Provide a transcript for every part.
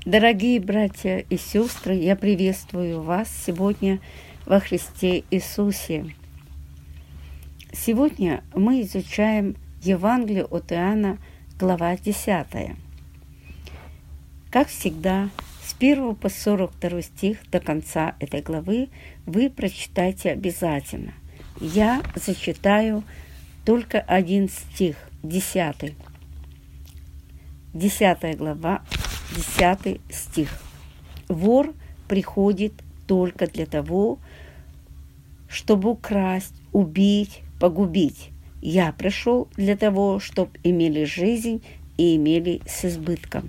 Дорогие братья и сестры, я приветствую вас сегодня во Христе Иисусе. Сегодня мы изучаем Евангелие от Иоанна, глава 10. Как всегда, с 1 по 42 стих до конца этой главы вы прочитайте обязательно. Я зачитаю только один стих, 10. 10 глава, 10 стих. «Вор приходит только для того, чтобы украсть, убить, погубить. Я пришел для того, чтобы имели жизнь и имели с избытком».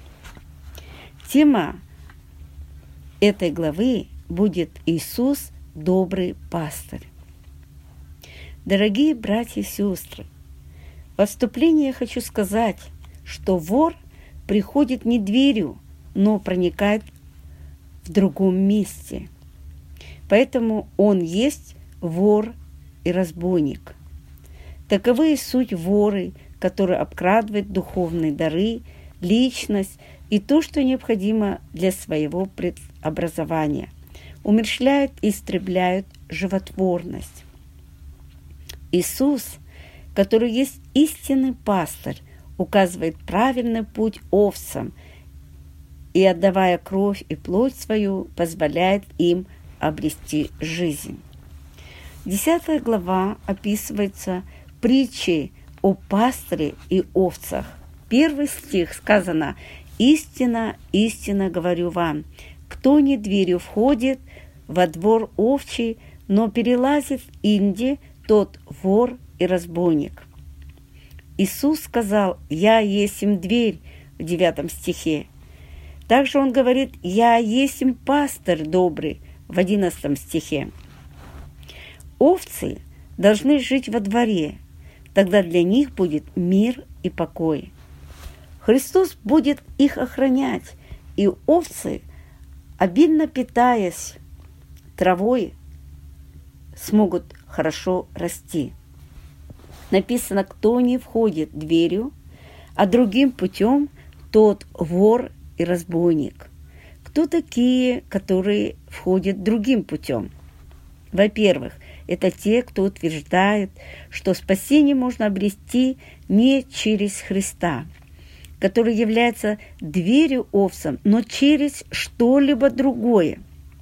Тема этой главы будет «Иисус – добрый пастырь». Дорогие братья и сестры, во вступлении я хочу сказать, что вор приходит не дверью, но проникает в другом месте. Поэтому он есть вор и разбойник. Таковы и суть воры, которые обкрадывают духовные дары, личность и то, что необходимо для своего преобразования, умерщвляют и истребляют животворность. Иисус, который есть истинный пастырь, указывает правильный путь овцам и, отдавая кровь и плоть свою, позволяет им обрести жизнь. 10 глава описывается притчей о пастыре и овцах. 1 стих сказано: «Истинно, истинно говорю вам, кто не дверью входит во двор овчий, но перелазит инди, тот вор и разбойник». Иисус сказал: «Я есмь дверь» в 9 стихе. Также Он говорит: «Я есмь пастырь добрый» в 11 стихе. Овцы должны жить во дворе, тогда для них будет мир и покой. Христос будет их охранять, и овцы, обильно питаясь травой, смогут хорошо расти. Написано: кто не входит дверью, а другим путем, тот вор и разбойник. Кто такие, которые входят другим путем? Во-первых, это те, кто утверждает, что спасение можно обрести не через Христа, который является дверью овцам, но через что-либо другое.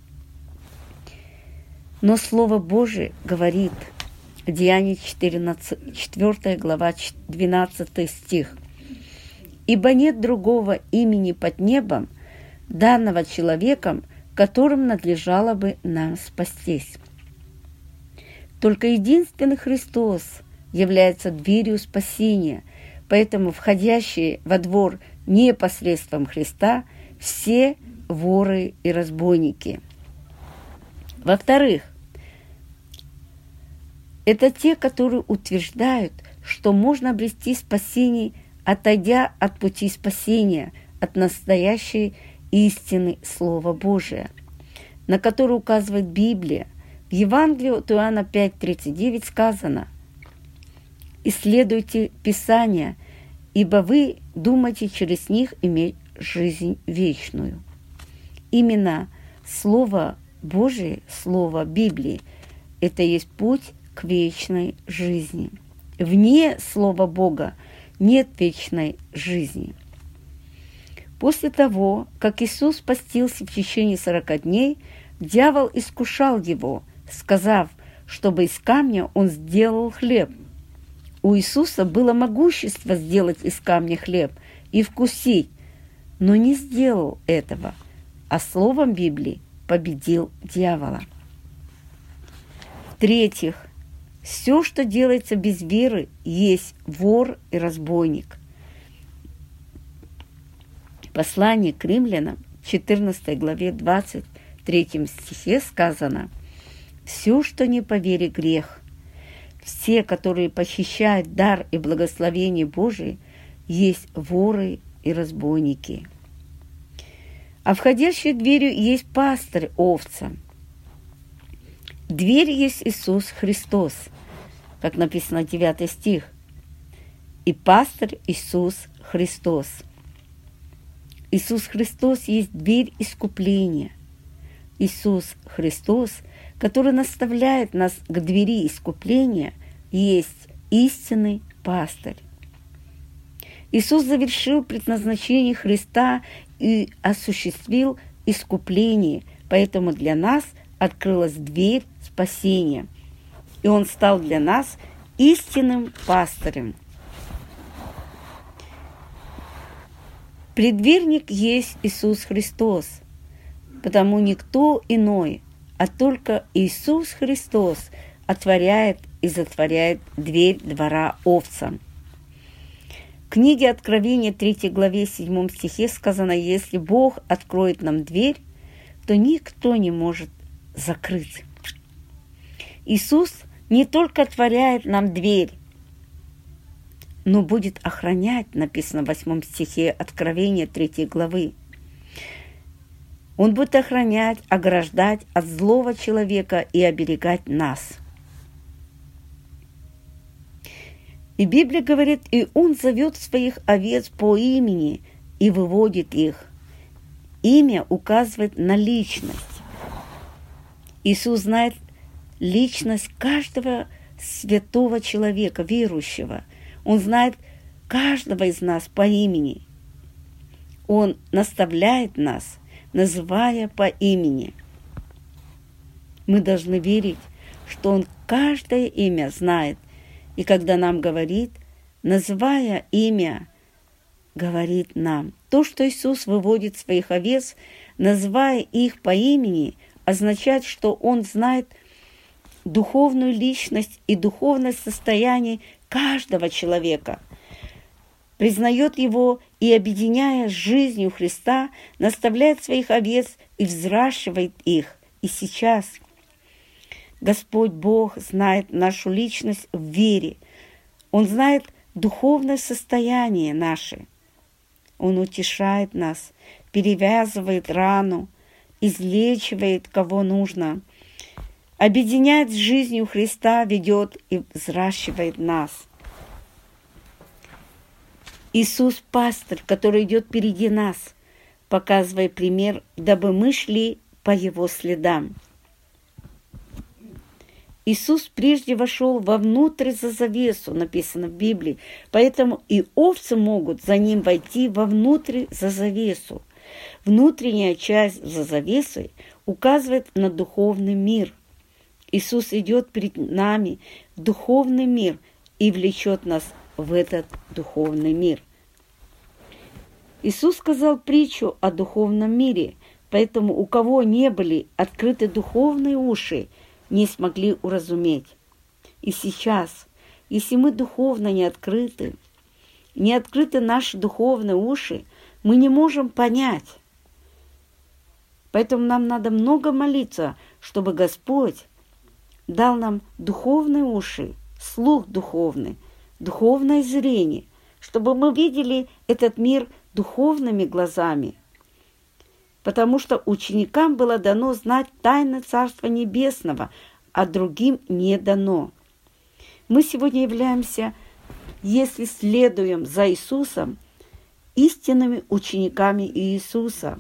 Но Слово Божие говорит, Деяния 4 глава, 12 стих: «Ибо нет другого имени под небом, данного человеком, которым надлежало бы нам спастись». Только единственный Христос является дверью спасения, поэтому входящие во двор не посредством Христа все воры и разбойники. Во-вторых, это те, которые утверждают, что можно обрести спасение, отойдя от пути спасения, от настоящей истины Слова Божия, на которую указывает Библия. В Евангелии от Иоанна 5:39 сказано: «Исследуйте Писания, ибо вы думаете через них иметь жизнь вечную». Именно Слово Божие, Слово Библии – это есть путь к вечной жизни. Вне Слова Бога нет вечной жизни. После того, как Иисус постился в течение 40 дней, дьявол искушал его, сказав, чтобы из камня он сделал хлеб. У Иисуса было могущество сделать из камня хлеб и вкусить, но не сделал этого, а словом Библии победил дьявола. В-третьих, все, что делается без веры, есть вор и разбойник. Послание к римлянам, 14 главе 23 стихе сказано: «Все, что не по вере, грех. Все, которые похищают дар и благословение Божие, есть воры и разбойники». А входящей дверью есть пастырь овцам. Дверь есть Иисус Христос, как написано 9 стих, и пастырь Иисус Христос. Иисус Христос есть дверь искупления. Иисус Христос, который наставляет нас к двери искупления, есть истинный пастырь. Иисус завершил предназначение Христа и осуществил искупление, поэтому для нас открылась дверь спасения, и Он стал для нас истинным пастырем. Преддверник есть Иисус Христос, потому никто иной, а только Иисус Христос отворяет и затворяет дверь двора овцам. В книге Откровения 3 главе 7 стихе сказано: «Если Бог откроет нам дверь, то никто не может закрыть». Иисус не только отворяет нам дверь, но будет охранять, написано в 8 стихе Откровения 3 главы. Он будет охранять, ограждать от злого человека и оберегать нас. И Библия говорит, и Он зовет своих овец по имени и выводит их. Имя указывает на личность. Иисус знает личность каждого святого человека, верующего. Он знает каждого из нас по имени. Он наставляет нас, называя по имени. Мы должны верить, что Он каждое имя знает. И когда нам говорит, называя имя, говорит нам. То, что Иисус выводит своих овец, называя их по имени, означает, что Он знает духовную личность и духовное состояние каждого человека, признает его и, объединяя с жизнью Христа, наставляет своих овец и взращивает их. И сейчас Господь Бог знает нашу личность в вере. Он знает духовное состояние наше. Он утешает нас, перевязывает рану, излечивает, кого нужно, объединяет с жизнью Христа, ведет и взращивает нас. Иисус – пастырь, который идет впереди нас, показывая пример, дабы мы шли по Его следам. Иисус прежде вошел вовнутрь за завесу, написано в Библии, поэтому и овцы могут за Ним войти вовнутрь за завесу. Внутренняя часть за завесой указывает на духовный мир. Иисус идет перед нами в духовный мир и влечет нас в этот духовный мир. Иисус сказал притчу о духовном мире, поэтому у кого не были открыты духовные уши, не смогли уразуметь. И сейчас, если мы духовно не открыты наши духовные уши, мы не можем понять. Поэтому нам надо много молиться, чтобы Господь дал нам духовные уши, слух духовный, духовное зрение, чтобы мы видели этот мир духовными глазами. Потому что ученикам было дано знать тайны Царства Небесного, а другим не дано. Мы сегодня являемся, если следуем за Иисусом, истинными учениками Иисуса.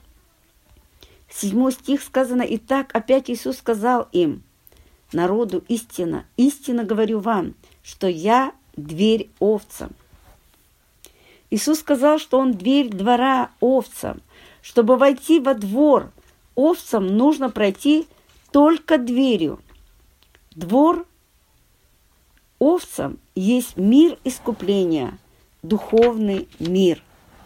7 стих сказано: «Итак, опять Иисус сказал им, народу истина, истинно говорю вам, что я дверь овцам». Иисус сказал, что Он дверь двора овцам. Чтобы войти во двор овцам, нужно пройти только дверью. Двор овцам есть мир искупления, духовный мир.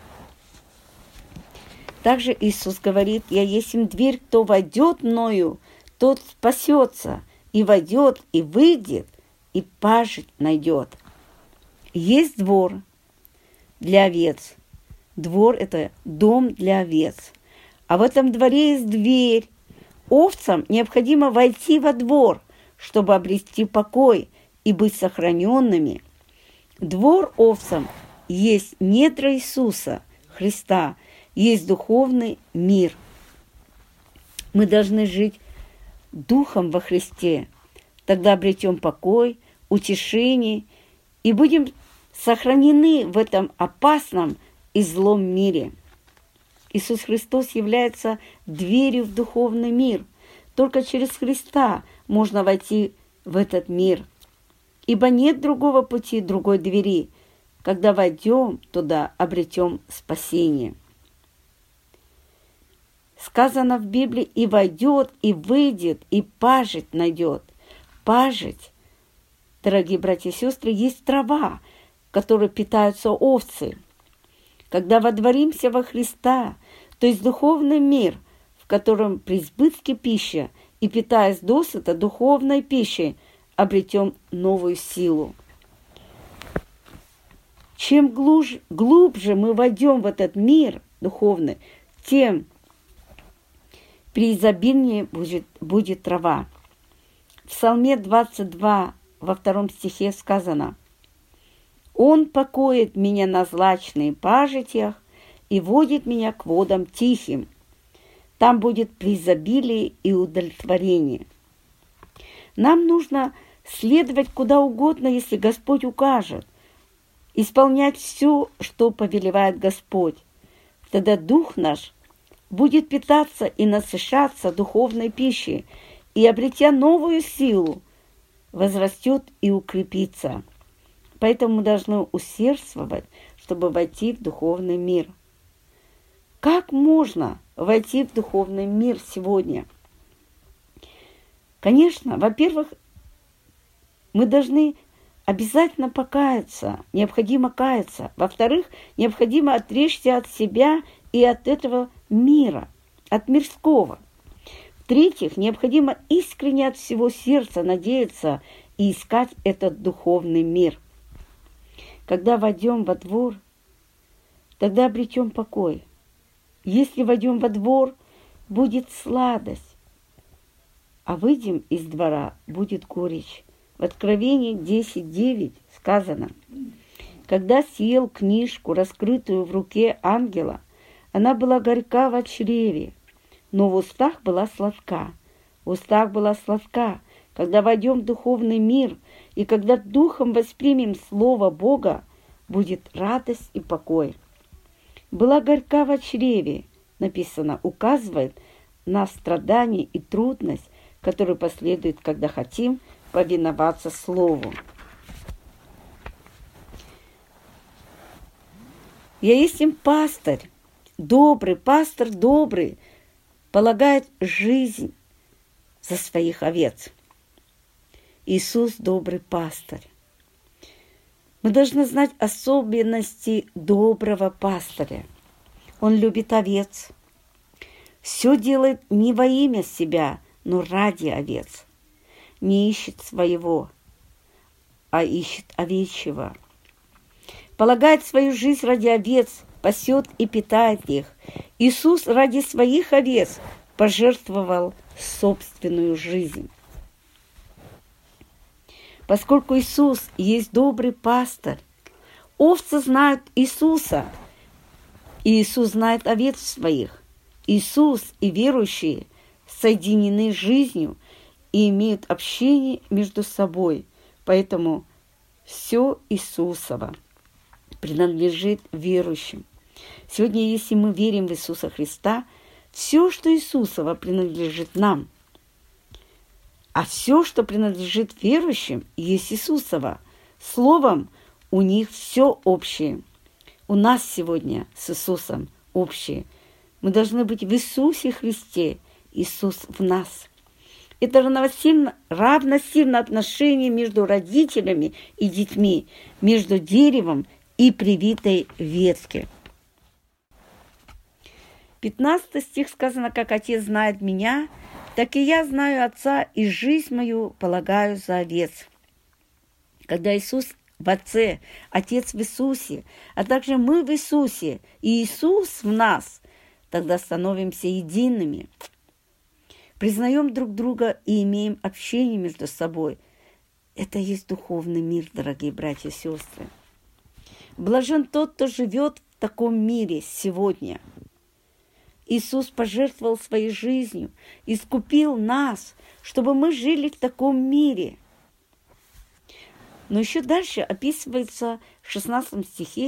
Также Иисус говорит: «Я есть им дверь, кто войдет мною, тот спасется, и войдет, и выйдет, и пажить найдет». Есть двор для овец. Двор – это дом для овец. А в этом дворе есть дверь. Овцам необходимо войти во двор, чтобы обрести покой и быть сохраненными. Двор овцам есть недра Иисуса Христа, есть духовный мир. Мы должны жить духом во Христе. Тогда обретем покой, утешение и будем сохранены в этом опасном и злом мире. Иисус Христос является дверью в духовный мир. Только через Христа можно войти в этот мир. Ибо нет другого пути, другой двери. Когда войдем туда, обретем спасение. Сказано в Библии: и войдет, и выйдет, и пажить найдет. Пажить, дорогие братья и сестры, есть трава, которой питаются овцы. Когда водворимся во Христа, то есть духовный мир, в котором при избытке пищи и питаясь досыта духовной пищей, обретем новую силу. Чем глубже мы войдем в этот мир духовный, тем преизобильнее будет трава. В Псалме 22, во 2 стихе сказано: «Он покоит меня на злачных пажитях и водит меня к водам тихим. Там будет преизобилие и удовлетворение». Нам нужно следовать куда угодно, если Господь укажет, исполнять все, что повелевает Господь. Тогда дух наш будет питаться и насыщаться духовной пищей, и, обретя новую силу, возрастет и укрепится. Поэтому мы должны усердствовать, чтобы войти в духовный мир. Как можно войти в духовный мир сегодня? Конечно, во-первых, мы должны обязательно покаяться, необходимо каяться. Во-вторых, необходимо отречься от себя и от этого мира, от мирского. В-третьих, необходимо искренне от всего сердца надеяться и искать этот духовный мир. Когда войдем во двор, тогда обретем покой. Если войдем во двор, будет сладость, а выйдем из двора, будет горечь. В Откровении 10:9 сказано: «Когда съел книжку, раскрытую в руке ангела, она была горька в чреве, но в устах была сладка». В устах была сладка. Когда войдем в духовный мир и когда духом воспримем Слово Бога, будет радость и покой. Была горька в чреве, написано, указывает на страдание и трудность, которые последуют, когда хотим повиноваться Слову. Я есть им пастор добрый, полагает жизнь за своих овец. Иисус добрый пастырь. Мы должны знать особенности доброго пастыря. Он любит овец. Все делает не во имя себя, но ради овец. Не ищет своего, а ищет овечьего. Полагает свою жизнь ради овец, пасет и питает их. Иисус ради своих овец пожертвовал собственную жизнь. Поскольку Иисус есть добрый пастырь, овцы знают Иисуса, и Иисус знает овец своих. Иисус и верующие соединены жизнью и имеют общение между собой, поэтому все Иисусово принадлежит верующим. Сегодня, если мы верим в Иисуса Христа, все, что Иисусово, принадлежит нам. А все, что принадлежит верующим, есть Иисусово. Словом, у них все общее. У нас сегодня с Иисусом общее. Мы должны быть в Иисусе Христе, Иисус в нас. Это равносильно отношение между родителями и детьми, между деревом и привитой ветки. 15 стих сказано: «Как Отец знает меня, так и я знаю Отца, и жизнь мою полагаю за овец». Когда Иисус в Отце, Отец в Иисусе, а также мы в Иисусе, и Иисус в нас, тогда становимся едиными. Признаем друг друга и имеем общение между собой. Это и есть духовный мир, дорогие братья и сестры. Блажен тот, кто живет в таком мире сегодня. Иисус пожертвовал своей жизнью, искупил нас, чтобы мы жили в таком мире. Но еще дальше описывается в 16 стихе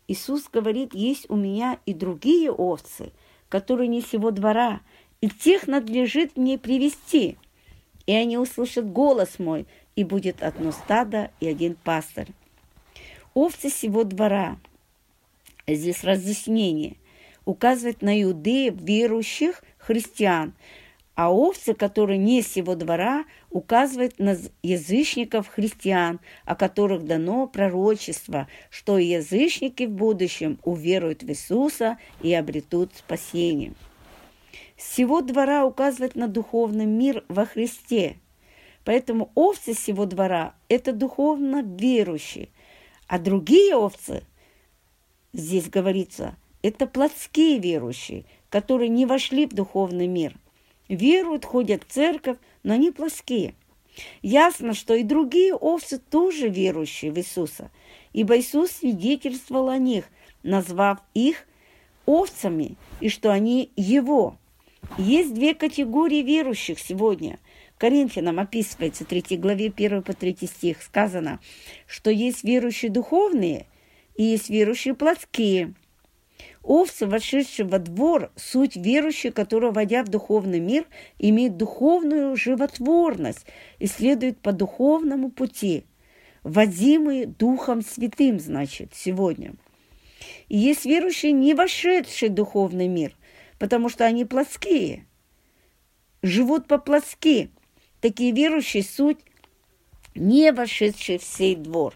Иисус говорит, есть у меня и другие овцы, которые не сего двора, и тех надлежит мне привести. И они услышат голос мой, и будет одно стадо и один пастырь. Овцы сего двора, здесь разъяснение, указывает на иудеев, верующих христиан, а овцы, которые не сего двора, указывают на язычников христиан, о которых дано пророчество, что язычники в будущем уверуют в Иисуса и обретут спасение. Сего двора указывает на духовный мир во Христе. Поэтому овцы сего двора – это духовно верующие, а другие овцы, здесь говорится, это плотские верующие, которые не вошли в духовный мир. Веруют, ходят в церковь, но они плоские. Ясно, что и другие овцы тоже верующие в Иисуса, ибо Иисус свидетельствовал о них, назвав их овцами, и что они Его. Есть две категории верующих сегодня. Коринфянам описывается в 3 главе 1 по 3 стих. Сказано, что есть верующие духовные и есть верующие плотские. Овцы, вошедшие во двор, суть верующие, которые, войдя в духовный мир, имеют духовную животворность и следуют по духовному пути, водимые Духом Святым, значит, сегодня. И есть верующие, не вошедшие в духовный мир, потому что они плотские, живут по-плотски. Такие верующие суть не вошедшие в сей двор.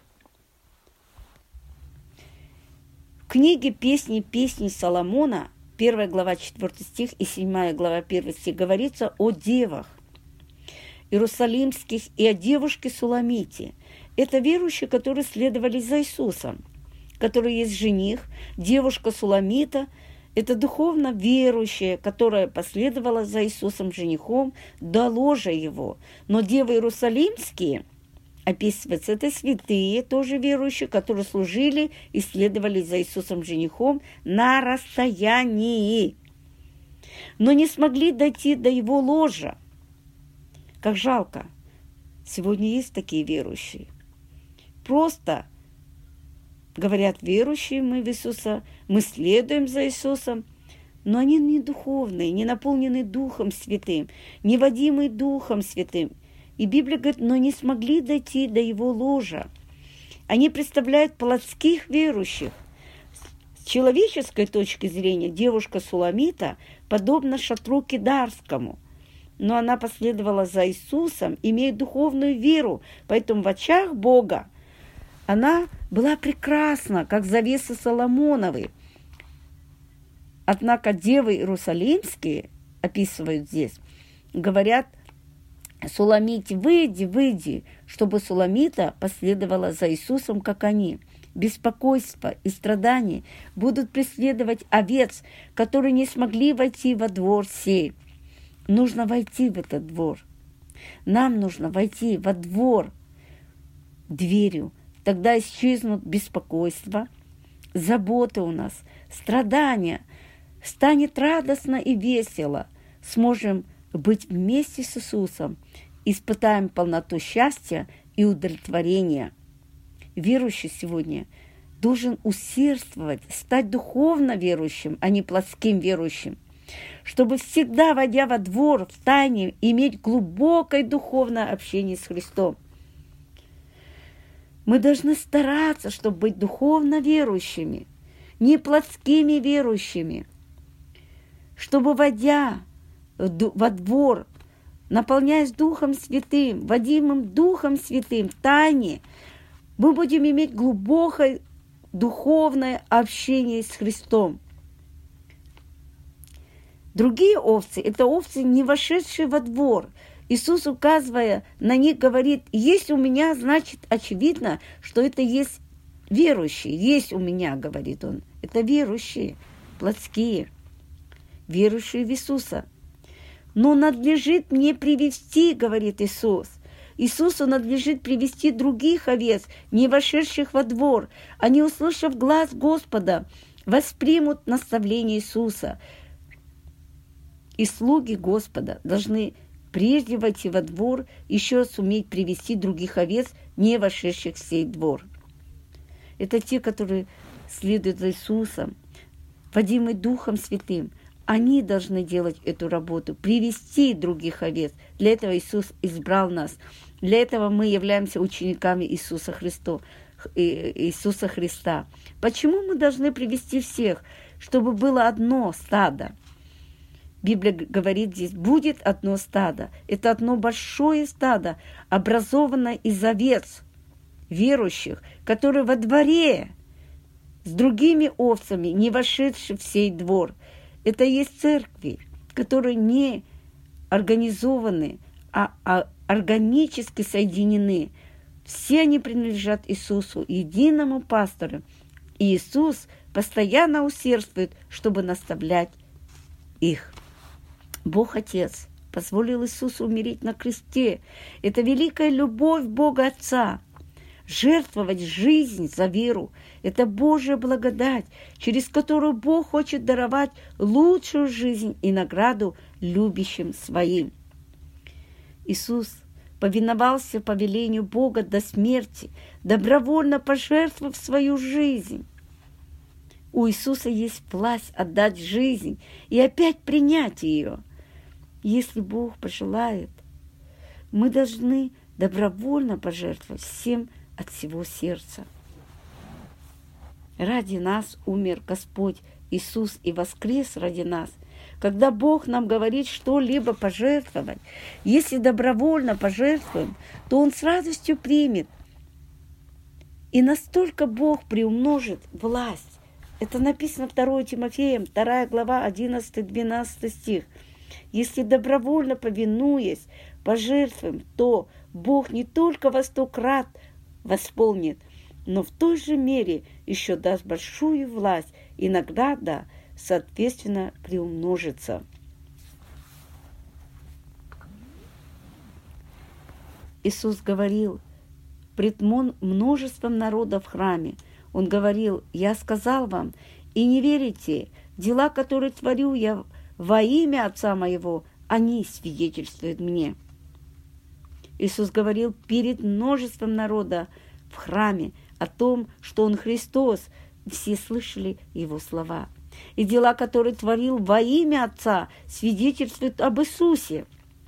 В книге «Песни Соломона», 1 глава 4 стих и 7 глава 1 стих, говорится о девах иерусалимских и о девушке Суламите. Это верующие, которые следовали за Иисусом, которые есть жених, девушка Суламита – это духовно верующая, которая последовала за Иисусом женихом до ложа его. Но девы иерусалимские – описывается, это святые, тоже верующие, которые служили и следовали за Иисусом женихом на расстоянии, но не смогли дойти до его ложа. Как жалко. Сегодня есть такие верующие. Просто говорят, верующие мы в Иисуса, мы следуем за Иисусом, но они не духовные, не наполнены Духом Святым, не водимы Духом Святым. И Библия говорит, но не смогли дойти до его ложа. Они представляют плотских верующих. С человеческой точки зрения девушка Суламита подобна шатру Кедарскому. Но она последовала за Иисусом, имея духовную веру, поэтому в очах Бога она была прекрасна, как завесы Соломоновы. Однако девы иерусалимские, описывают здесь, говорят, Суламите, выйди, чтобы Суламита последовала за Иисусом, как они. Беспокойство и страдания будут преследовать овец, которые не смогли войти во двор сей. Нужно войти в этот двор. Нам нужно войти во двор дверью. Тогда исчезнут беспокойство, заботы у нас, страдания. Станет радостно и весело. Сможем быть вместе с Иисусом, испытаем полноту счастья и удовлетворения. Верующий сегодня должен усердствовать, стать духовно верующим, а не плотским верующим, чтобы всегда, войдя во двор, в тайне, иметь глубокое духовное общение с Христом. Мы должны стараться, чтобы быть духовно верующими, не плотскими верующими, чтобы, войдя во двор, наполняясь Духом Святым, водимым Духом Святым в тайне, мы будем иметь глубокое духовное общение с Христом. Другие овцы – это овцы, не вошедшие во двор. Иисус, указывая на них, говорит, есть у меня, значит, очевидно, что это есть верующие. Есть у меня, говорит он. Это верующие, плотские, верующие в Иисуса. Но надлежит мне привести, говорит Иисус. Иисусу надлежит привести других овец, не вошедших во двор. Они, услышав глас Господа, воспримут наставление Иисуса. И слуги Господа должны прежде войти во двор, еще суметь привести других овец, не вошедших в сей двор. Это те, которые следуют за Иисусом, водимые Духом Святым, они должны делать эту работу, привести других овец. Для этого Иисус избрал нас. Для этого мы являемся учениками Иисуса Христа. Почему мы должны привести всех? Чтобы было одно стадо. Библия говорит здесь, будет одно стадо. Это одно большое стадо, образованное из овец верующих, которые во дворе с другими овцами, не вошедшие в сей двор. Это есть церкви, которые не организованы, а органически соединены. Все они принадлежат Иисусу, единому пастору. И Иисус постоянно усердствует, чтобы наставлять их. Бог Отец позволил Иисусу умереть на кресте. Это великая любовь Бога Отца. Жертвовать жизнь за веру – это Божья благодать, через которую Бог хочет даровать лучшую жизнь и награду любящим своим. Иисус повиновался повелению Бога до смерти, добровольно пожертвовав свою жизнь. У Иисуса есть власть отдать жизнь и опять принять ее. Если Бог пожелает, мы должны добровольно пожертвовать всем от всего сердца. Ради нас умер Господь Иисус и воскрес ради нас. Когда Бог нам говорит что-либо пожертвовать, если добровольно пожертвуем, то Он с радостью примет. И настолько Бог приумножит власть. Это написано 2 Тимофеем, 2 глава, 11-12 стих. Если добровольно повинуясь, пожертвуем, то Бог не только во 100 крат восполнит, но в той же мере еще даст большую власть, и награда, соответственно, приумножится. Иисус говорил пред множеством народа в храме. Он говорил: «Я сказал вам, и не верите, дела, которые творю я во имя Отца моего, они свидетельствуют мне». Иисус говорил перед множеством народа в храме о том, что Он Христос. Все слышали Его слова. И дела, которые творил во имя Отца, свидетельствуют об Иисусе.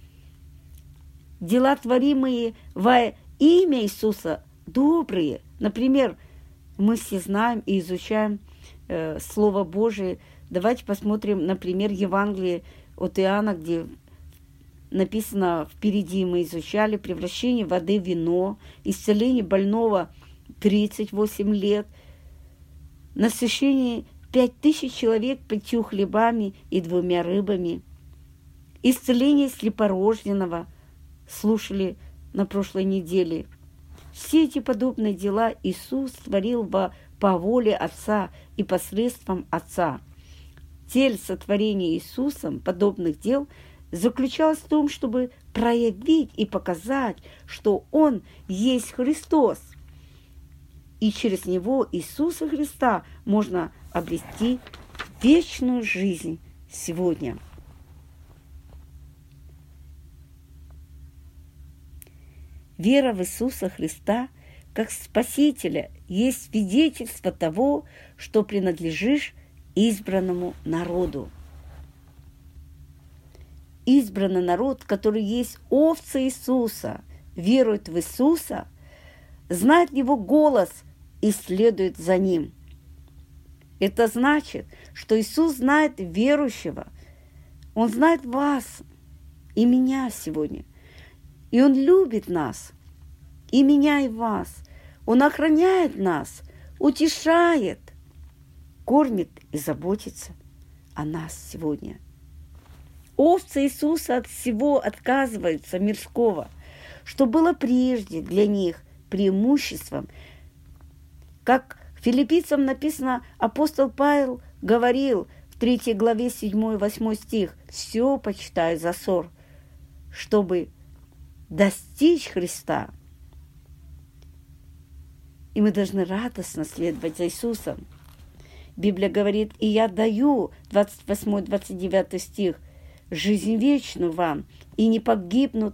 Дела, творимые во имя Иисуса, добрые. Например, мы все знаем и изучаем Слово Божие. Давайте посмотрим, например, Евангелие от Иоанна, где написано впереди, мы изучали превращение воды в вино, исцеление больного 38 лет, насыщение 5000 человек 5 хлебами и 2 рыбами, исцеление слепорожденного, слушали на прошлой неделе. Все эти подобные дела Иисус творил по воле Отца и посредством Отца. Цель сотворения Иисусом подобных дел заключалась в том, чтобы проявить и показать, что Он есть Христос. И через Него, Иисуса Христа, можно обрести вечную жизнь сегодня. Вера в Иисуса Христа как Спасителя есть свидетельство того, что принадлежишь избранному народу. Избранный народ, который есть овцы Иисуса, верует в Иисуса, знает Его голос и следует за Ним. Это значит, что Иисус знает верующего. Он знает вас и меня сегодня. И Он любит нас, и меня, и вас. Он охраняет нас, утешает, кормит и заботится о нас сегодня. Овцы Иисуса от всего отказываются мирского, что было прежде для них преимуществом. Как филиппийцам написано, апостол Павел говорил в 3 главе 7-8 стих: «Все почитаю за ссор, чтобы достичь Христа». И мы должны радостно следовать за Иисусом. Библия говорит: «И я даю», 28-29 стих, «жизнь вечную вам, и не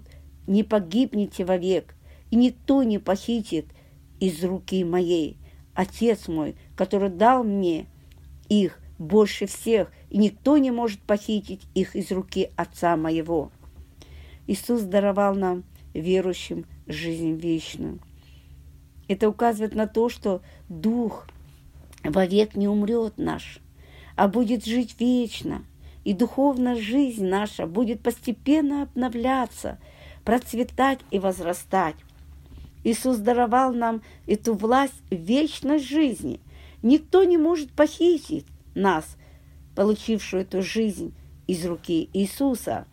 погибнете вовек, и никто не похитит из руки моей». Отец мой, который дал мне их больше всех, и никто не может похитить их из руки Отца моего. Иисус даровал нам, верующим, жизнь вечную. Это указывает на то, что Дух вовек не умрет наш, а будет жить вечно, и духовная жизнь наша будет постепенно обновляться, процветать и возрастать. Иисус даровал нам эту власть вечной жизни. Никто не может похитить нас, получившую эту жизнь из руки Иисуса.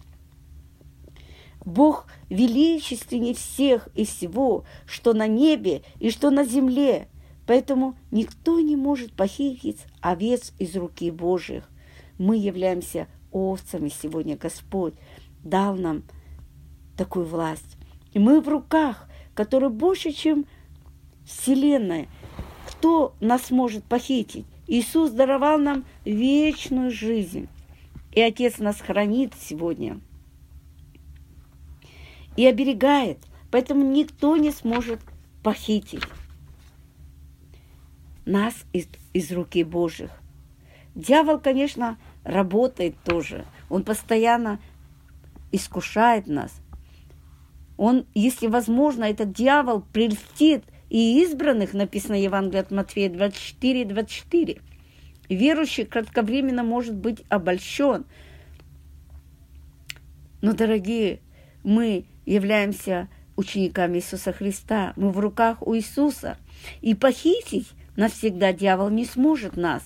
Бог величественней всех и всего, что на небе и что на земле, поэтому никто не может похитить овец из руки Божьих. Мы являемся овцами сегодня. Господь дал нам такую власть. И мы в руках, которые больше, чем Вселенная. Кто нас может похитить? Иисус даровал нам вечную жизнь. И Отец нас хранит сегодня. И оберегает. Поэтому никто не сможет похитить нас из руки Божьих. Дьявол, конечно, работает тоже. Он постоянно искушает нас. Он, если возможно, этот дьявол прельстит и избранных, написано в Евангелии от Матфея 24:24. Верующий кратковременно может быть обольщен. Но, дорогие, мы являемся учениками Иисуса Христа. Мы в руках у Иисуса. И похитить навсегда дьявол не сможет нас.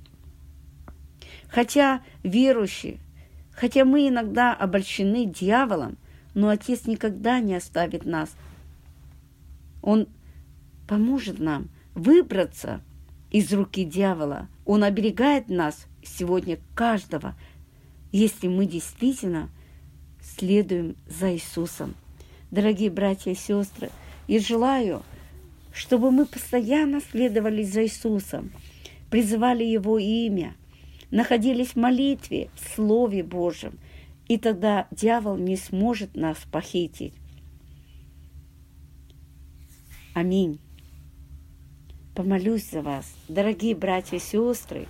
Хотя верующие, хотя мы иногда обольщены дьяволом, но Отец никогда не оставит нас. Он поможет нам выбраться из руки дьявола. Он оберегает нас сегодня каждого, если мы действительно следуем за Иисусом. Дорогие братья и сестры, я желаю, чтобы мы постоянно следовали за Иисусом, призывали Его имя, находились в молитве, в Слове Божьем, и тогда дьявол не сможет нас похитить. Аминь. Помолюсь за вас, дорогие братья и сестры.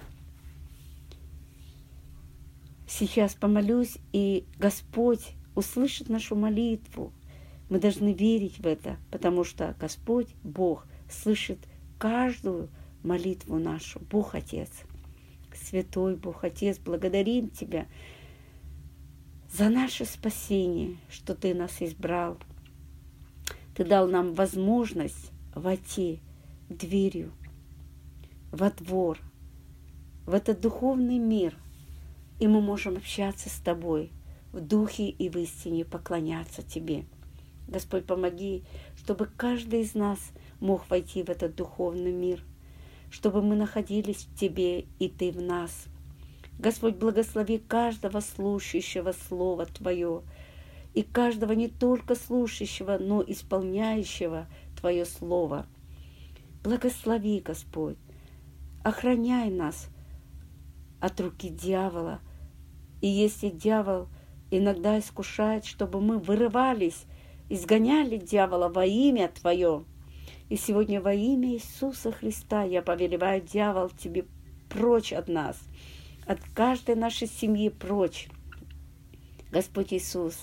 Сейчас помолюсь, и Господь услышит нашу молитву. Мы должны верить в это, потому что Господь, Бог, слышит каждую молитву нашу. Бог Отец, Святой Бог Отец, благодарим Тебя за наше спасение, что Ты нас избрал. Ты дал нам возможность войти дверью во двор, в этот духовный мир, и мы можем общаться с Тобой в духе и в истине, поклоняться Тебе. Господь, помоги, чтобы каждый из нас мог войти в этот духовный мир, чтобы мы находились в Тебе и Ты в нас. Господь, благослови каждого слушающего Слово Твое, и каждого не только слушающего, но исполняющего Твое Слово. Благослови, Господь, охраняй нас от руки дьявола. И если дьявол иногда искушает, чтобы мы вырывались, изгоняли дьявола во имя Твое. И сегодня во имя Иисуса Христа я повелеваю, дьявол, Тебе прочь от нас, от каждой нашей семьи прочь. Господь Иисус,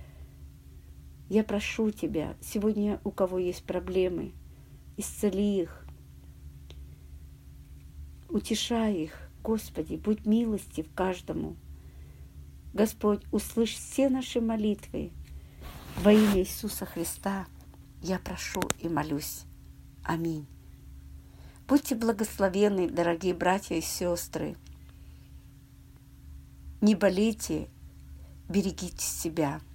я прошу Тебя, сегодня у кого есть проблемы, исцели их, утешай их. Господи, будь милостив каждому. Господь, услышь все наши молитвы. Во имя Иисуса Христа я прошу и молюсь. Аминь. Будьте благословенны, дорогие братья и сестры. Не болейте, берегите себя.